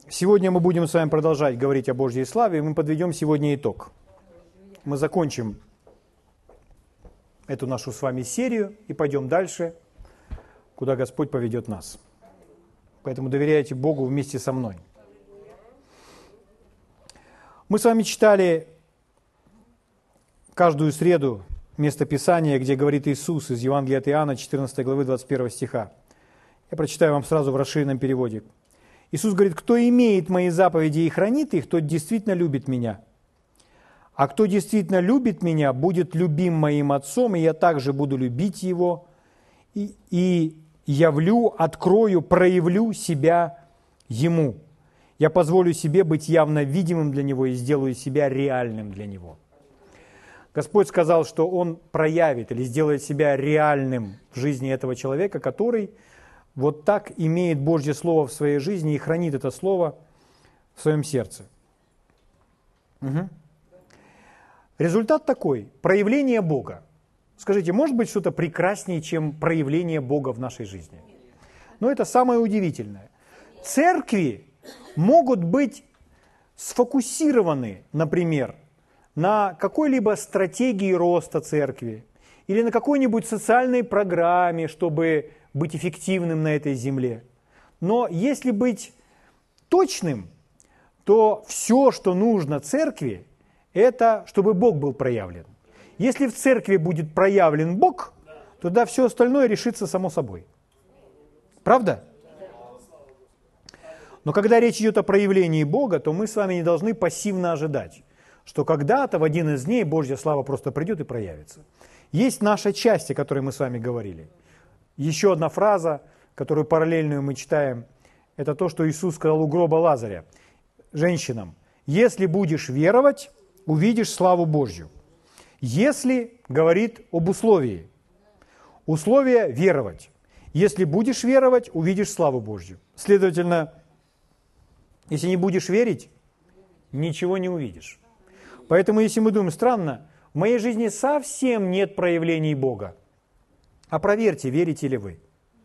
Сегодня мы будем с вами продолжать говорить о Божьей славе, и мы подведем сегодня итог. Мы закончим эту нашу с вами серию и пойдем дальше, куда Господь поведет нас. Поэтому доверяйте Богу вместе со мной. Мы с вами читали каждую среду местописание, где говорит Иисус из Евангелия от Иоанна, 14 главы, 21 стиха. Я прочитаю вам сразу в расширенном переводе. Иисус говорит: «Кто имеет мои заповеди и хранит их, тот действительно любит меня. А кто действительно любит меня, будет любим моим Отцом, и я также буду любить его, и явлю, открою, проявлю себя ему. Я позволю себе быть явно видимым для него и сделаю себя реальным для него». Господь сказал, что Он проявит или сделает себя реальным в жизни этого человека, который вот так имеет Божье Слово в своей жизни и хранит это Слово в своем сердце. Угу. Результат такой – проявление Бога. Скажите, может быть что-то прекраснее, чем проявление Бога в нашей жизни? Но это самое удивительное. Церкви могут быть сфокусированы, например, на какой-либо стратегии роста церкви или на какой-нибудь социальной программе, чтобы быть эффективным на этой земле. Но если быть точным, то все, что нужно церкви, это чтобы Бог был проявлен. Если в церкви будет проявлен Бог, тогда все остальное решится само собой. Правда? Но когда речь идет о проявлении Бога, то мы с вами не должны пассивно ожидать, что когда-то в один из дней Божья слава просто придет и проявится. Есть наша часть, о которой мы с вами говорили. Еще одна фраза, которую параллельную мы читаем, это то, что Иисус сказал у гроба Лазаря женщинам: «Если будешь веровать, увидишь славу Божью». Если говорит об условии. Условие – веровать. Если будешь веровать, увидишь славу Божью. Следовательно, если не будешь верить, ничего не увидишь. Поэтому, если мы думаем: странно, в моей жизни совсем нет проявлений Бога, а проверьте, верите ли вы.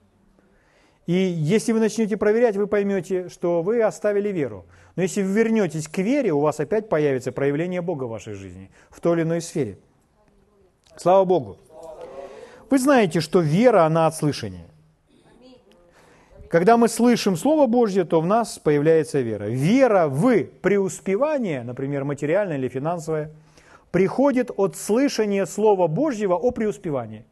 И если вы начнете проверять, вы поймете, что вы оставили веру. Но если вы вернетесь к вере, у вас опять появится проявление Бога в вашей жизни, в той или иной сфере. Слава Богу. Вы знаете, что вера, она от слышания. Когда мы слышим Слово Божье, то в нас появляется вера. Вера в преуспевание, например, материальное или финансовое, приходит от слышания Слова Божьего о преуспевании.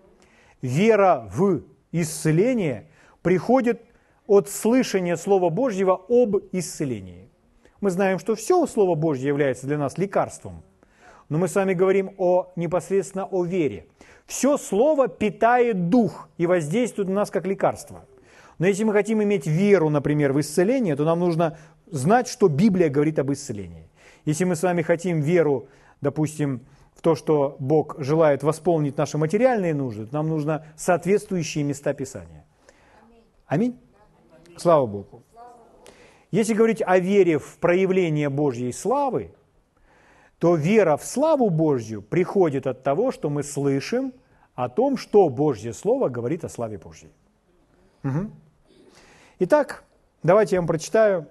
Вера в исцеление приходит от слышания Слова Божьего об исцелении. Мы знаем, что все Слово Божье является для нас лекарством, но мы с вами говорим непосредственно о вере. Все Слово питает дух и воздействует на нас как лекарство. Но если мы хотим иметь веру, например, в исцеление, то нам нужно знать, что Библия говорит об исцелении. Если мы с вами хотим веру, допустим, в то, что Бог желает восполнить наши материальные нужды, нам нужно соответствующие места Писания. Аминь? Слава Богу. Если говорить о вере в проявление Божьей славы, то вера в славу Божью приходит от того, что мы слышим о том, что Божье Слово говорит о славе Божьей. Угу. Итак, давайте я вам прочитаю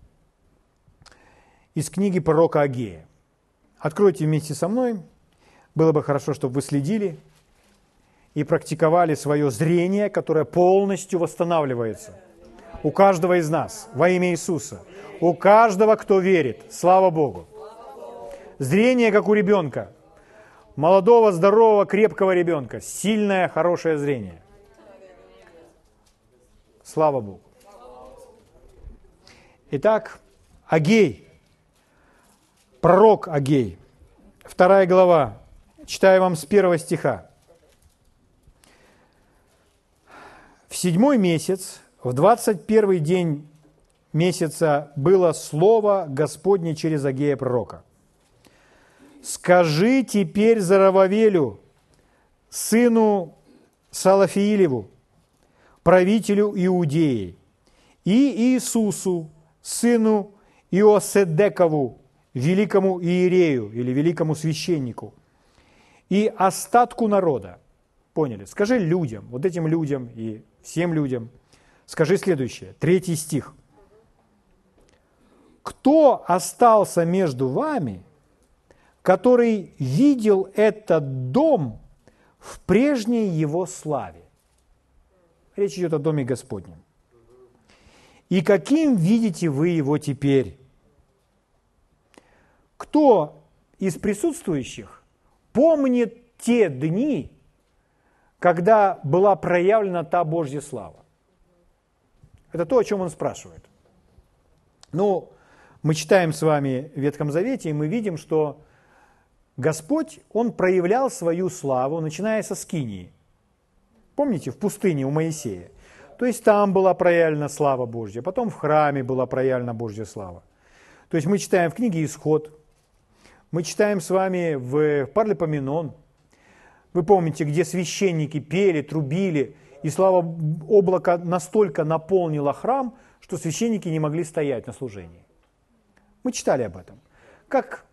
из книги пророка Агея. Откройте вместе со мной. Было бы хорошо, чтобы вы следили и практиковали свое зрение, которое полностью восстанавливается у каждого из нас во имя Иисуса. У каждого, кто верит. Слава Богу. Зрение, как у ребенка. Молодого, здорового, крепкого ребенка. Сильное, хорошее зрение. Слава Богу. Итак, Агей. Пророк Агей. 2 глава. Читаю вам с 1 стиха. «В 7-й месяц, в 21-й день месяца было слово Господне через Агея пророка. Скажи теперь Зарававелю, сыну Салафиилеву, правителю Иудеи, и Иисусу, сыну Иоседекову, великому иерею или великому священнику, и остатку народа». Поняли? Скажи людям, вот этим людям и всем людям, скажи следующее, 3 стих. кто остался между вами, который видел этот дом в прежней его славе? Речь идет о доме Господнем. И каким видите вы его теперь? Кто из присутствующих помнит те дни, когда была проявлена та Божья слава? Это то, о чем он спрашивает. Ну, мы читаем с вами в Ветхом Завете, и мы видим, что Господь, Он проявлял свою славу, начиная со Скинии. Помните, в пустыне у Моисея? То есть там была проявлена слава Божья, потом в храме была проявлена Божья слава. То есть мы читаем в книге «Исход», мы читаем с вами в Парлипоменон. Вы помните, где священники пели, трубили, и слава облака настолько наполнила храм, что священники не могли стоять на служении. Мы читали об этом. Как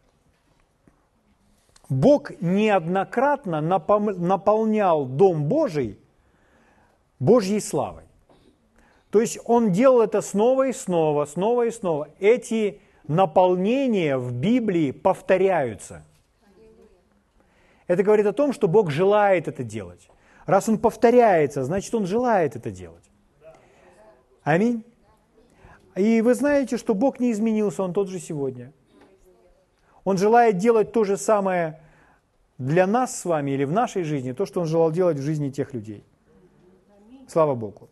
Бог неоднократно наполнял Дом Божий Божьей славой. То есть Он делал это снова и снова, снова и снова. Эти наполнения в Библии повторяются. Это говорит о том, что Бог желает это делать. Раз Он повторяется, значит, Он желает это делать. Аминь. И вы знаете, что Бог не изменился, Он тот же сегодня. Он желает делать то же самое для нас с вами или в нашей жизни, то, что Он желал делать в жизни тех людей. Слава Богу.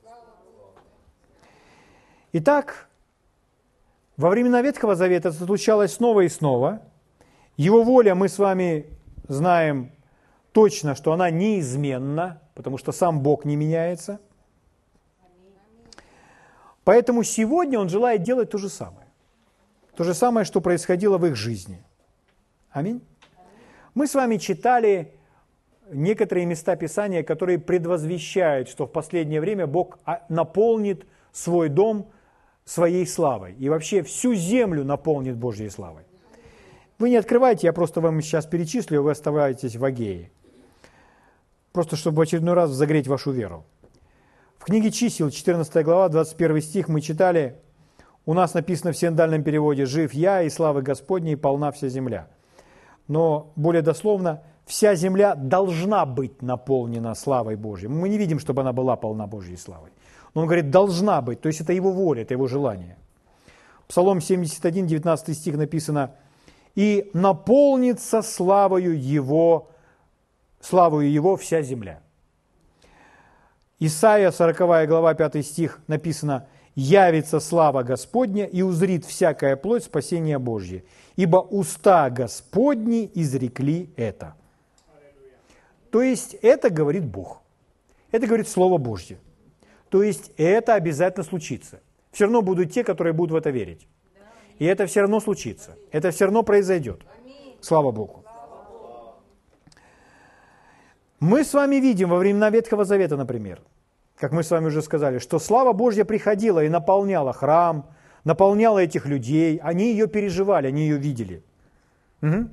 Итак, во времена Ветхого Завета это случалось снова и снова. Его воля, мы с вами знаем точно, что она неизменна, потому что сам Бог не меняется. Поэтому сегодня Он желает делать то же самое. То же самое, что происходило в их жизни. Аминь. Мы с вами читали некоторые места Писания, которые предвозвещают, что в последнее время Бог наполнит свой дом своей славой. И вообще всю землю наполнит Божьей славой. Вы не открывайте, я просто вам сейчас перечислю, вы оставаетесь в Агее. Просто чтобы в очередной раз загреть вашу веру. В книге Чисел, 14 глава, 21 стих мы читали, у нас написано в синодальном переводе «Жив я, и славы Господней полна вся земля». Но более дословно, вся земля должна быть наполнена славой Божьей. Мы не видим, чтобы она была полна Божьей славой. Но он говорит, должна быть, то есть это его воля, это его желание. Псалом 71, 19 стих написано, «И наполнится славою его вся земля». Исайя, 40 глава, 5 стих написано, «Явится слава Господня, и узрит всякая плоть спасения Божье, ибо уста Господни изрекли это». То есть это говорит Бог. Это говорит Слово Божье. То есть это обязательно случится. Все равно будут те, которые будут в это верить. И это все равно случится. Это все равно произойдет. Слава Богу. Мы с вами видим во времена Ветхого Завета, например, как мы с вами уже сказали, что слава Божья приходила и наполняла храм, наполняла этих людей. Они ее переживали, они ее видели. Угу.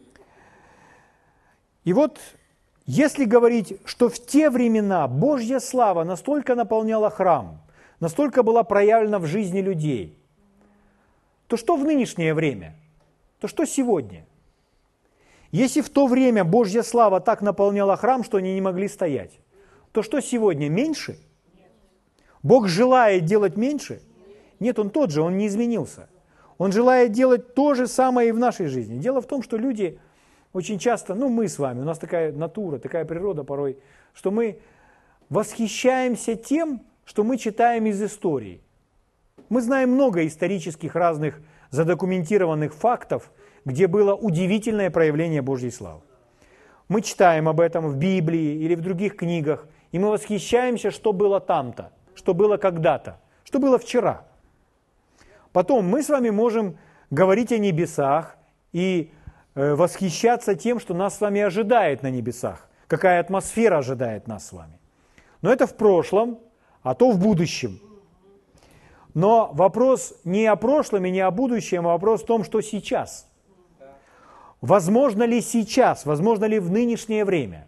И вот, если говорить, что в те времена Божья слава настолько наполняла храм, настолько была проявлена в жизни людей, то что в нынешнее время? То что сегодня? Если в то время Божья слава так наполняла храм, что они не могли стоять, то что сегодня? Меньше? Бог желает делать меньше? Нет, Он тот же, Он не изменился. Он желает делать то же самое и в нашей жизни. Дело в том, что люди очень часто, мы с вами, у нас такая натура, такая природа порой, что мы восхищаемся тем, что мы читаем из истории. Мы знаем много исторических разных задокументированных фактов, где было удивительное проявление Божьей славы. Мы читаем об этом в Библии или в других книгах, и мы восхищаемся, что было там-то, что было когда-то, что было вчера. Потом мы с вами можем говорить о небесах и восхищаться тем, что нас с вами ожидает на небесах, какая атмосфера ожидает нас с вами. Но это в прошлом, а то в будущем. Но вопрос не о прошлом и не о будущем, а вопрос в том, что сейчас. Возможно ли сейчас, возможно ли в нынешнее время?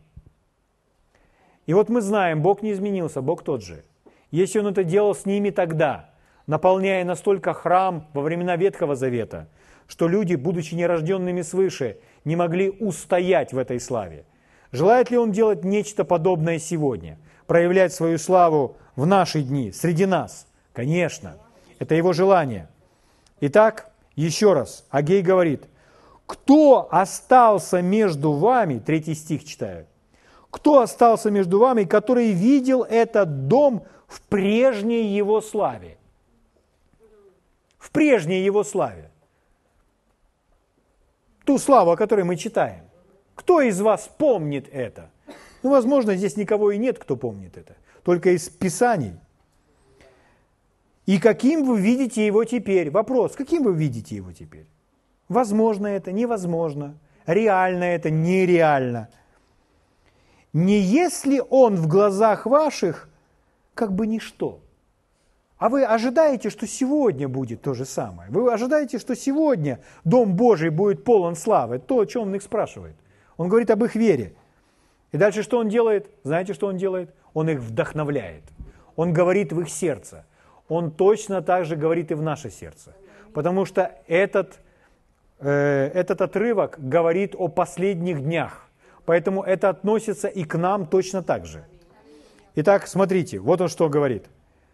И вот мы знаем, Бог не изменился, Бог тот же. Если Он это делал с ними тогда, наполняя настолько храм во времена Ветхого Завета, что люди, будучи нерожденными свыше, не могли устоять в этой славе. Желает ли Он делать нечто подобное сегодня? Проявлять свою славу в наши дни, среди нас? Конечно, это Его желание. Итак, еще раз, Агей говорит, кто остался между вами, 3 стих читаю, кто остался между вами, который видел этот дом в прежней его славе? В прежней его славе. Ту славу, о которой мы читаем. Кто из вас помнит это? Ну, возможно, здесь никого и нет, кто помнит это. Только из Писаний. И каким вы видите его теперь? Вопрос, каким вы видите его теперь? Возможно это, невозможно. Реально это, нереально. Не если он в глазах ваших как бы ничто. А вы ожидаете, что сегодня будет то же самое. Вы ожидаете, что сегодня Дом Божий будет полон славы. То, о чем он их спрашивает. Он говорит об их вере. И дальше что он делает? Знаете, что он делает? Он их вдохновляет. Он говорит в их сердце. Он точно так же говорит и в наше сердце. Потому что этот отрывок говорит о последних днях. Поэтому это относится и к нам точно так же. Итак, смотрите, вот он что говорит.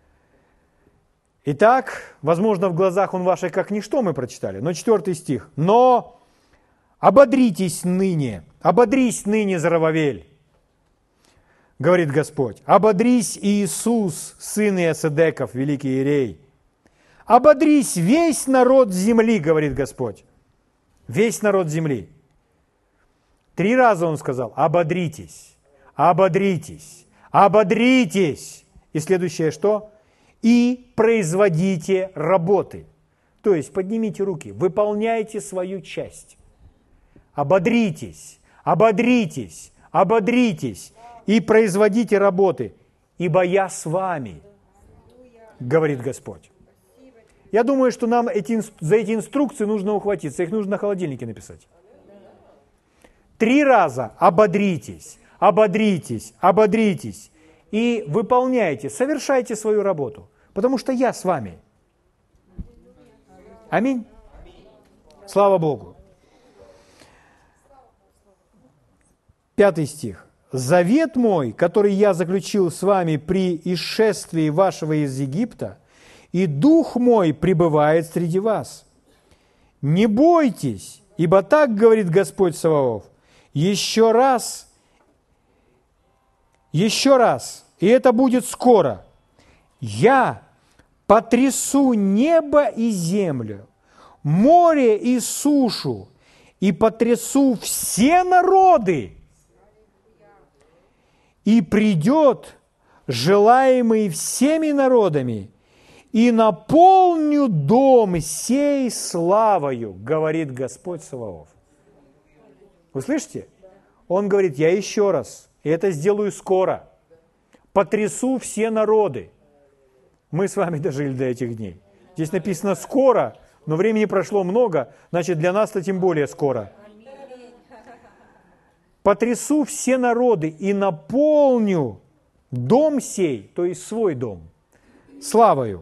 Итак, возможно, в глазах он ваших как ничто, мы прочитали, но 4 стих. Но ободрись ныне, Зоровавель, говорит Господь. Ободрись, Иисус, сын Иосидеков, великий иерей. Ободрись весь народ земли, говорит Господь. Весь народ земли. 3 раза он сказал, ободритесь, ободритесь, ободритесь. И следующее что? И производите работы. То есть поднимите руки, выполняйте свою часть. Ободритесь, ободритесь, ободритесь и производите работы, ибо я с вами, говорит Господь. Я думаю, что нам за эти инструкции нужно ухватиться, их нужно на холодильнике написать. 3 раза ободритесь, ободритесь, ободритесь и выполняйте, совершайте свою работу, потому что я с вами. Аминь. Слава Богу. 5 стих. «Завет мой, который я заключил с вами при исшествии вашего из Египта, и дух мой пребывает среди вас. Не бойтесь, ибо так говорит Господь Саваоф, еще раз, и это будет скоро, я потрясу небо и землю, море и сушу, и потрясу все народы, и придет желаемый всеми народами, и наполню дом сей славою, говорит Господь Саваоф». Вы слышите? Он говорит, я еще раз, и это сделаю скоро, потрясу все народы. Мы с вами дожили до этих дней. Здесь написано «скоро», но времени прошло много, значит, для нас-то тем более скоро. «Потрясу все народы и наполню дом сей», то есть свой дом, славою.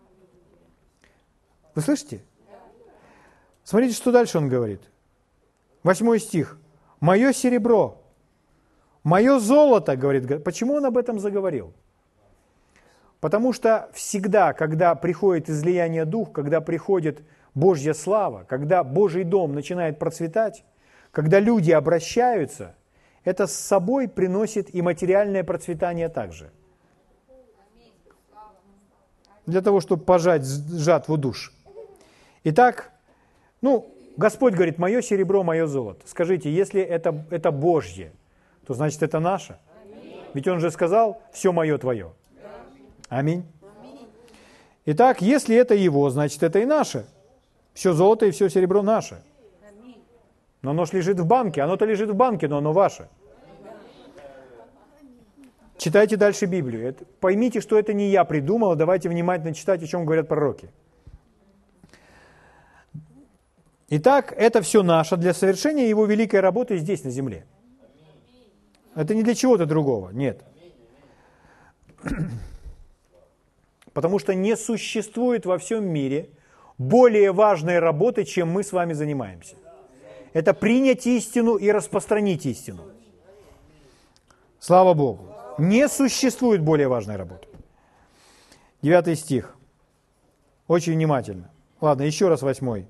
Вы слышите? Смотрите, что дальше он говорит. 8 стих. «Мое серебро, мое золото», говорит. Почему он об этом заговорил? Потому что всегда, когда приходит излияние Духа, когда приходит Божья слава, когда Божий дом начинает процветать, когда люди обращаются, это с собой приносит и материальное процветание также. Для того, чтобы пожать жатву душ. Итак, Господь говорит, мое серебро, мое золото. Скажите, если это Божье, то значит это наше. Ведь Он же сказал, все мое твое. Аминь. Итак, если это Его, значит это и наше. Все золото и все серебро наше. Но оно ж лежит в банке. Оно-то лежит в банке, но оно ваше. Читайте дальше Библию. Поймите, что это не я придумал. Давайте внимательно читать, о чем говорят пророки. Итак, это все наше для совершения Его великой работы здесь, на земле. Это не для чего-то другого, нет. Потому что не существует во всем мире более важной работы, чем мы с вами занимаемся. Это принять истину и распространить истину. Слава Богу. Не существует более важной работы. 9 стих. Очень внимательно. Ладно, еще раз 8.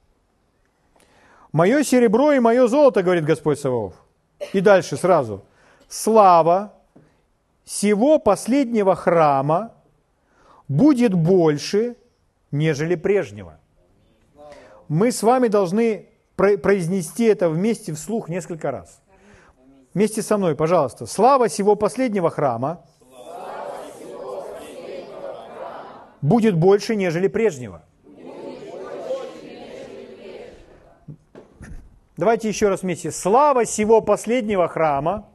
«Мое серебро и мое золото, говорит Господь Саваоф». И дальше сразу. «Слава сего последнего храма будет больше, нежели прежнего». Мы с вами должны произнести это вместе вслух несколько раз. Вместе со мной, пожалуйста. «Слава сего последнего храма будет больше, нежели прежнего». Давайте еще раз вместе. «Слава сего последнего храма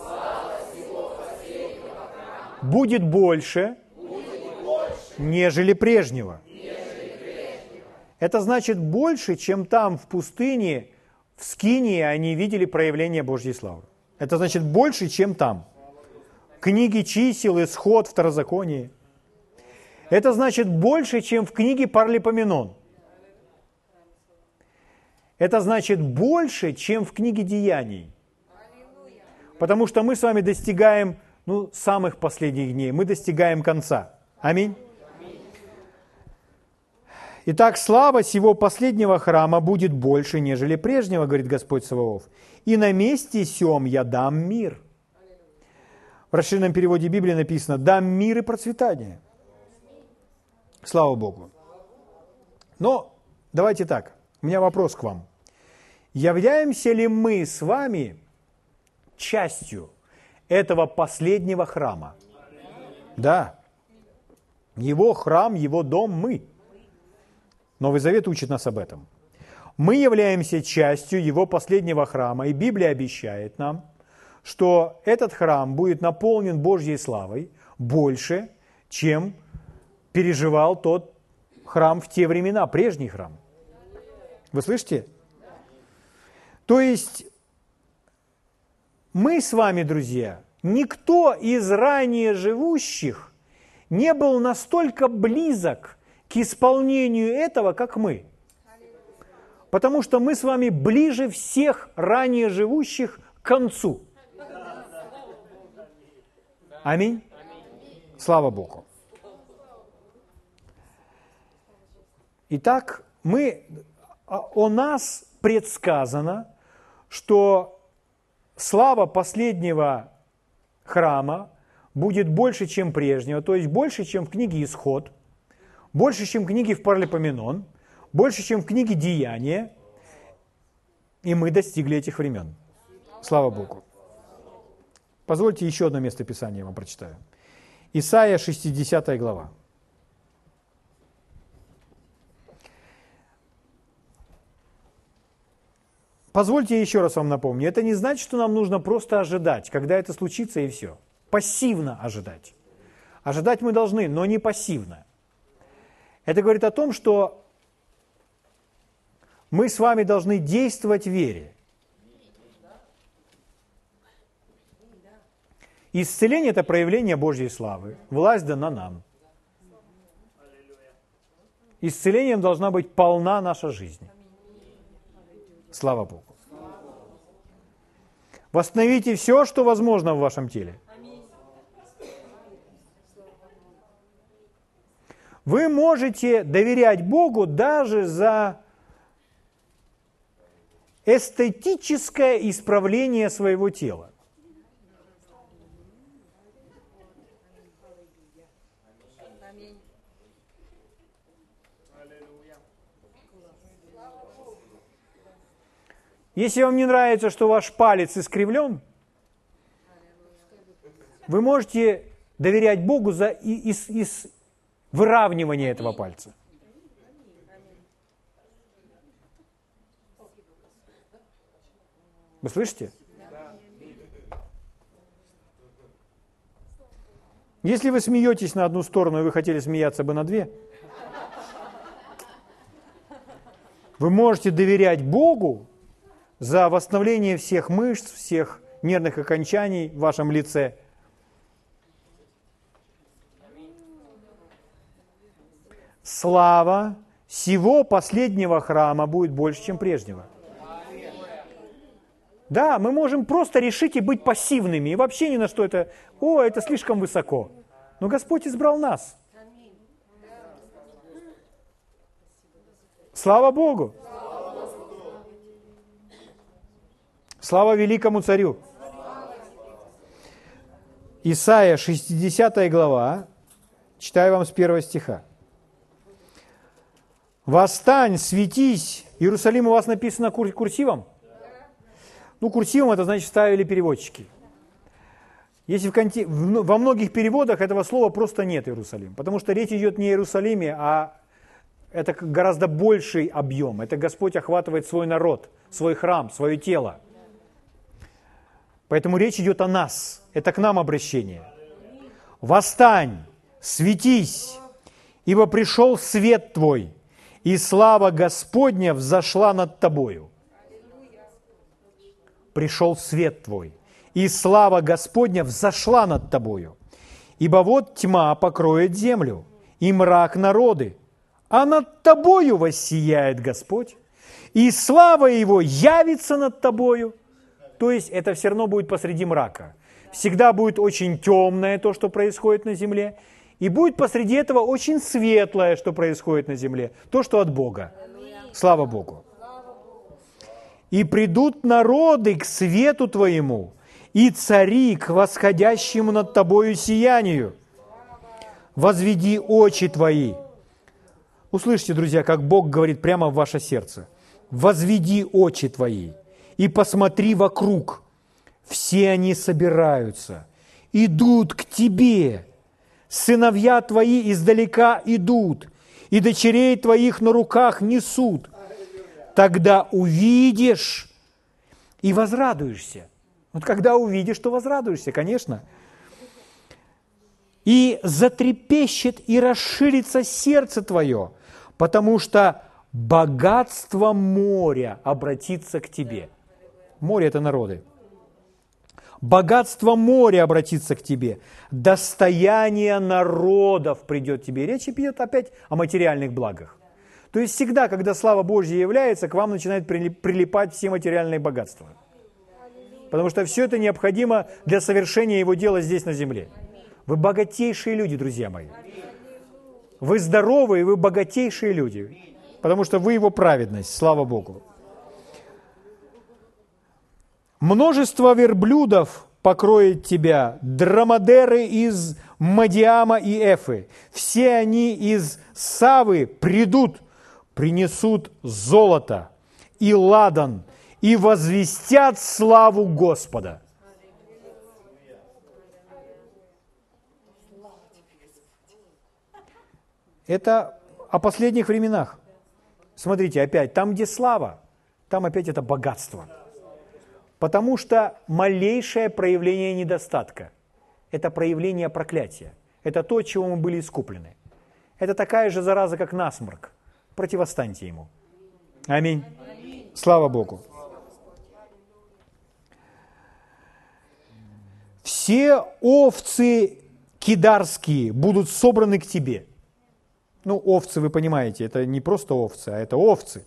будет больше, нежели прежнего». Это значит больше, чем там в пустыне, в Скинии они видели проявление Божьей славы. Это значит больше, чем там. Книги чисел, Исход, Второзаконие. Это значит больше, чем в книге Парлипоменон. Это значит больше, чем в книге Деяний. Потому что мы с вами достигаем самых последних дней. Мы достигаем конца. Аминь. Итак, слава сего последнего храма будет больше, нежели прежнего, говорит Господь Саваоф. И на месте сем я дам мир. В расширенном переводе Библии написано: дам мир и процветание. Слава Богу. Но давайте так. У меня вопрос к вам. Являемся ли мы с вами частью этого последнего храма? Да. Его храм, его дом мы. Новый Завет учит нас об этом. Мы являемся частью его последнего храма, и Библия обещает нам, что этот храм будет наполнен Божьей славой больше, чем переживал тот храм в те времена, прежний храм. Вы слышите? То есть мы с вами, друзья, никто из ранее живущих не был настолько близок к исполнению этого, как мы. Потому что мы с вами ближе всех ранее живущих к концу. Аминь. Слава Богу. Итак, о нас предсказано, что слава последнего храма будет больше, чем прежнего, то есть больше, чем в книге Исход, больше, чем в книге в Парлипоменон, больше, чем в книге Деяния, и мы достигли этих времен. Слава Богу. Позвольте еще одно место Писания я вам прочитаю. Исайя, 60 глава. Позвольте еще раз вам напомню. Это не значит, что нам нужно просто ожидать, когда это случится, и все. Пассивно ожидать. Ожидать мы должны, но не пассивно. Это говорит о том, что мы с вами должны действовать в вере. Исцеление – это проявление Божьей славы. Власть дана нам. Исцелением должна быть полна наша жизнь. Слава Богу. Восстановите все, что возможно в вашем теле. Вы можете доверять Богу даже за эстетическое исправление своего тела. Если вам не нравится, что ваш палец искривлен, вы можете доверять Богу за выравнивание этого пальца. Вы слышите? Если вы смеетесь на одну сторону, и вы хотели смеяться бы на две, вы можете доверять Богу за восстановление всех мышц, всех нервных окончаний в вашем лице. слава сего последнего храма будет больше, чем прежнего. Да, мы можем просто решить и быть пассивными, и вообще ни на что это, это слишком высоко. Но Господь избрал нас. Слава Богу! Слава великому царю! Исайя, 60 глава, читаю вам с 1 стиха. «Восстань, светись!» Иерусалим у вас написано курсивом? Курсивом это значит ставили переводчики. Если во многих переводах этого слова просто нет Иерусалим, потому что речь идет не о Иерусалиме, а это гораздо больший объем. Это Господь охватывает свой народ, свой храм, свое тело. Поэтому речь идет о нас. Это к нам обращение. «Восстань, светись, ибо пришел свет твой, и слава Господня взошла над тобою». Пришел свет твой, и слава Господня взошла над тобою. Ибо вот тьма покроет землю, и мрак народы, а над тобою воссияет Господь, и слава Его явится над тобою. То есть это все равно будет посреди мрака. Всегда будет очень темное то, что происходит на земле, и будет посреди этого очень светлое, что происходит на земле, то, что от Бога. Слава Богу. «И придут народы к свету твоему, и цари к восходящему над тобою сиянию. Возведи очи твои». Услышьте, друзья, как Бог говорит прямо в ваше сердце. «Возведи очи твои и посмотри вокруг. Все они собираются, идут к тебе. Сыновья твои издалека идут, и дочерей твоих на руках несут. Тогда увидишь и возрадуешься». Вот когда увидишь, то возрадуешься, конечно. «И затрепещет и расширится сердце твое, потому что богатство моря обратится к тебе». Море – это народы. «Богатство моря обратится к тебе, достояние народов придет к тебе». Речь идет опять о материальных благах. То есть всегда, когда слава Божья является, к вам начинает прилипать все материальные богатства. Потому что все это необходимо для совершения Его дела здесь на земле. Вы богатейшие люди, друзья мои. Вы здоровые, вы богатейшие люди. Потому что вы Его праведность, слава Богу. «Множество верблюдов покроет тебя, драмадеры из Мадиама и Эфы. Все они из Савы придут, принесут золото и ладан, и возвестят славу Господа». Это о последних временах. Смотрите, опять, там, где слава, там опять это богатство. Потому что малейшее проявление недостатка – это проявление проклятия. Это то, от чего мы были искуплены. Это такая же зараза, как насморк. Противостаньте ему. Аминь. Слава Богу. «Все овцы кидарские будут собраны к тебе». Овцы, вы понимаете, это не просто овцы, а это овцы.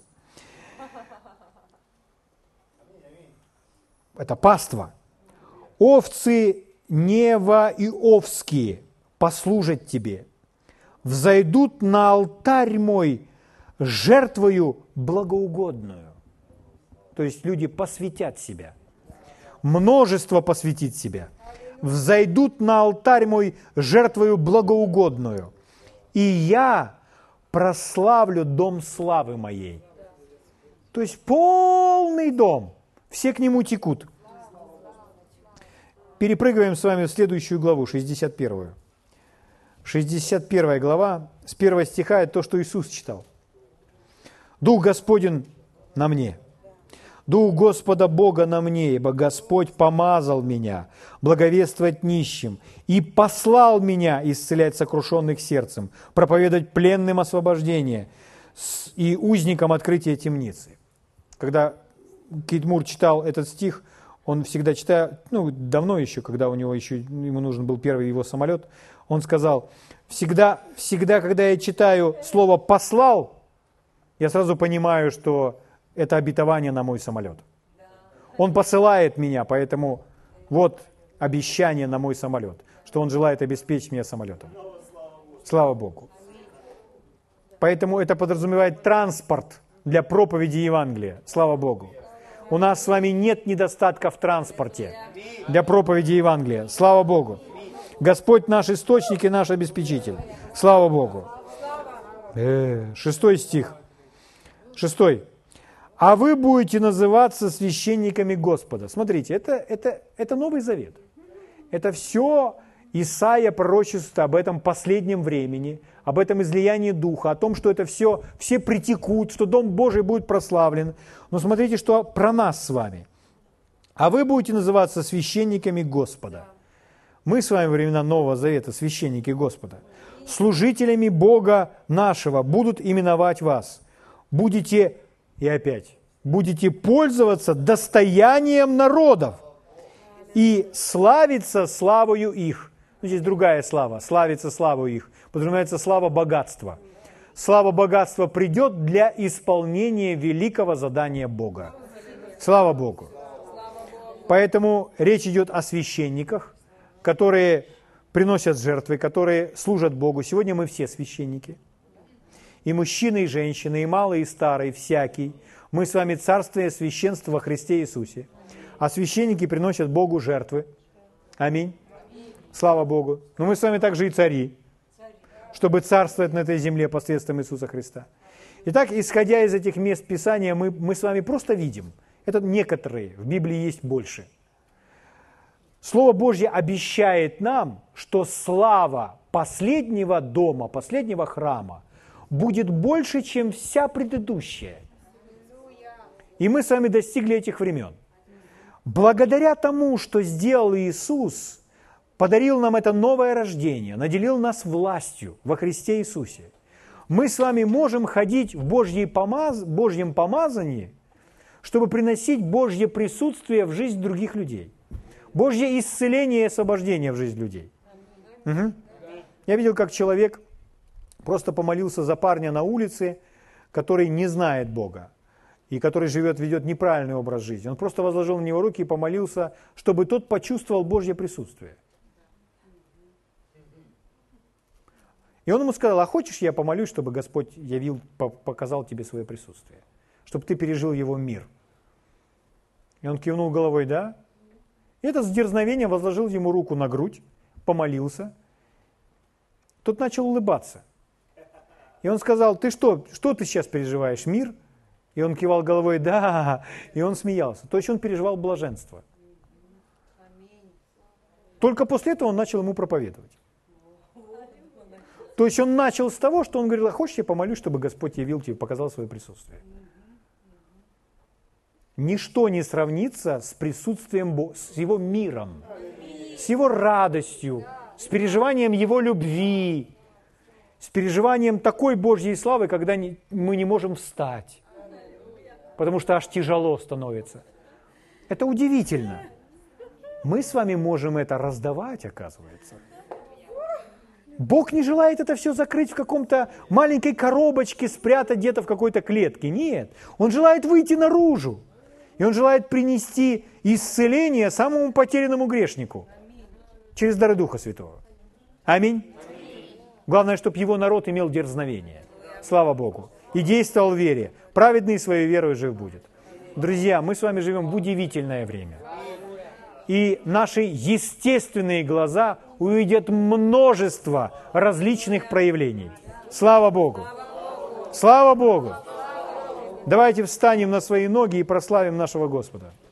Это паства. «Овцы нева и овские послужат тебе. Взойдут на алтарь мой жертвою благоугодную». То есть люди посвятят себя. Множество посвятит себя. «Взойдут на алтарь мой жертвою благоугодную, и я прославлю дом славы моей». То есть полный дом. Все к нему текут. Перепрыгиваем с вами в следующую главу, 61. 61 глава, с 1 стиха, это то, что Иисус читал. «Дух Господень на мне, Дух Господа Бога на мне, ибо Господь помазал меня благовествовать нищим и послал меня исцелять сокрушенных сердцем, проповедовать пленным освобождение и узникам открытие темницы». Когда Кейт Мур читал этот стих, он всегда читает, давно еще, когда ему нужен был первый его самолет, он сказал: Всегда, когда я читаю слово «послал», я сразу понимаю, что это обетование на мой самолет. Он посылает меня, поэтому вот обещание на мой самолет, что Он желает обеспечить меня самолетом. Слава Богу. Поэтому это подразумевает транспорт для проповеди Евангелия. Слава Богу. У нас с вами нет недостатка в транспорте для проповеди Евангелия. Слава Богу. Господь наш источник и наш обеспечитель. Слава Богу. 6 стих. 6. А вы будете называться священниками Господа. Смотрите, это Новый Завет. Это все Исаия пророчествует об этом последнем времени, об этом излиянии Духа, о том, что это все притекут, что Дом Божий будет прославлен. Но смотрите, что про нас с вами. А вы будете называться священниками Господа. Мы с вами во времена Нового Завета священники Господа. Служителями Бога нашего будут именовать вас. Будете пользоваться достоянием народов и славиться славою их. Здесь другая слава, славиться славою их. Подразумевается слава богатства. Слава богатства придет для исполнения великого задания Бога. Слава Богу. Поэтому речь идет о священниках, которые приносят жертвы, которые служат Богу. Сегодня мы все священники. И мужчины, и женщины, и малый, и старый, всякий. Мы с вами царственное священство во Христе Иисусе. А священники приносят Богу жертвы. Аминь. Слава Богу. Но мы с вами также и цари, чтобы царствовать на этой земле посредством Иисуса Христа. Итак, исходя из этих мест Писания, мы с вами просто видим. Это некоторые, в Библии есть больше. Слово Божье обещает нам, что слава последнего дома, последнего храма будет больше, чем вся предыдущая. И мы с вами достигли этих времен. Благодаря тому, что сделал Иисус, подарил нам это новое рождение, наделил нас властью во Христе Иисусе, мы с вами можем ходить в Божьем помазании, чтобы приносить Божье присутствие в жизнь других людей. Божье исцеление и освобождение в жизнь людей. Угу. Я видел, как человек просто помолился за парня на улице, который не знает Бога и который ведет неправильный образ жизни. Он просто возложил на него руки и помолился, чтобы тот почувствовал Божье присутствие. И он ему сказал: а хочешь, я помолюсь, чтобы Господь показал тебе свое присутствие, чтобы ты пережил его мир? И он кивнул головой: да. И этот с дерзновением возложил ему руку на грудь, помолился. Тот начал улыбаться. И он сказал: ты что ты сейчас переживаешь, мир? И он кивал головой: да. И он смеялся. То есть он переживал блаженство. Только после этого он начал ему проповедовать. То есть он начал с того, что он говорил: а хочешь, я помолюсь, чтобы Господь явил тебе, показал свое присутствие. Ничто не сравнится с присутствием Бога, с Его миром, с Его радостью, с переживанием Его любви, с переживанием такой Божьей славы, когда мы не можем встать, потому что аж тяжело становится. Это удивительно. Мы с вами можем это раздавать, оказывается. Бог не желает это все закрыть в каком-то маленькой коробочке, спрятать где-то в какой-то клетке. Нет. Он желает выйти наружу. И Он желает принести исцеление самому потерянному грешнику через дары Духа Святого. Аминь. Главное, чтобы Его народ имел дерзновение. Слава Богу. И действовал в вере. Праведный своей верой жив будет. Друзья, мы с вами живем в удивительное время. И наши естественные глаза увидят множество различных проявлений. Слава Богу! Слава Богу! Давайте встанем на свои ноги и прославим нашего Господа.